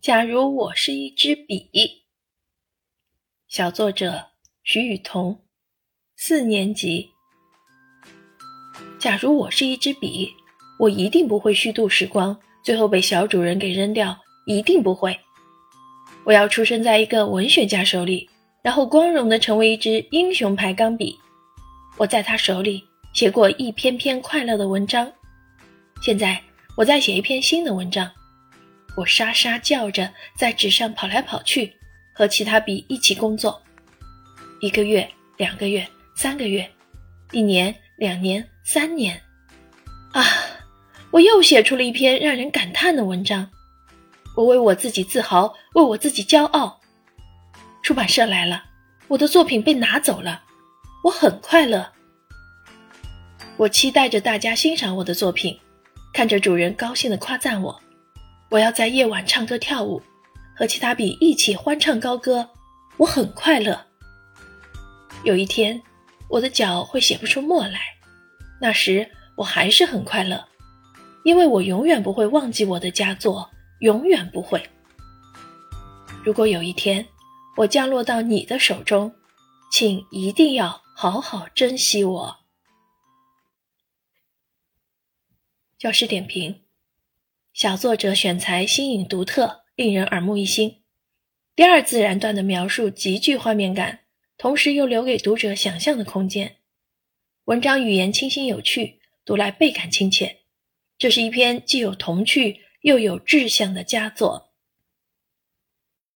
假如我是一支笔。小作者徐雨桐，4年级。假如我是一支笔，我一定不会虚度时光，最后被小主人给扔掉，一定不会。我要出生在一个文学家手里，然后光荣地成为一支英雄牌钢笔。我在他手里写过一篇篇快乐的文章，现在我在写一篇新的文章。我沙沙叫着在纸上跑来跑去，和其他笔一起工作。1个月、2个月、3个月，1年、2年、3年。我又写出了一篇让人感叹的文章。我为我自己自豪，为我自己骄傲。出版社来了，我的作品被拿走了，我很快乐。我期待着大家欣赏我的作品，看着主人高兴地夸赞我。我要在夜晚唱歌跳舞，和其他笔一起欢唱高歌，我很快乐。有一天，我的脚会写不出墨来，那时我还是很快乐，因为我永远不会忘记我的佳作，永远不会。如果有一天我降落到你的手中，请一定要好好珍惜我。教师点评：小作者选材新颖独特，令人耳目一新。第二自然段的描述极具画面感，同时又留给读者想象的空间。文章语言清新有趣，读来倍感亲切。这是一篇既有童趣又有志向的佳作。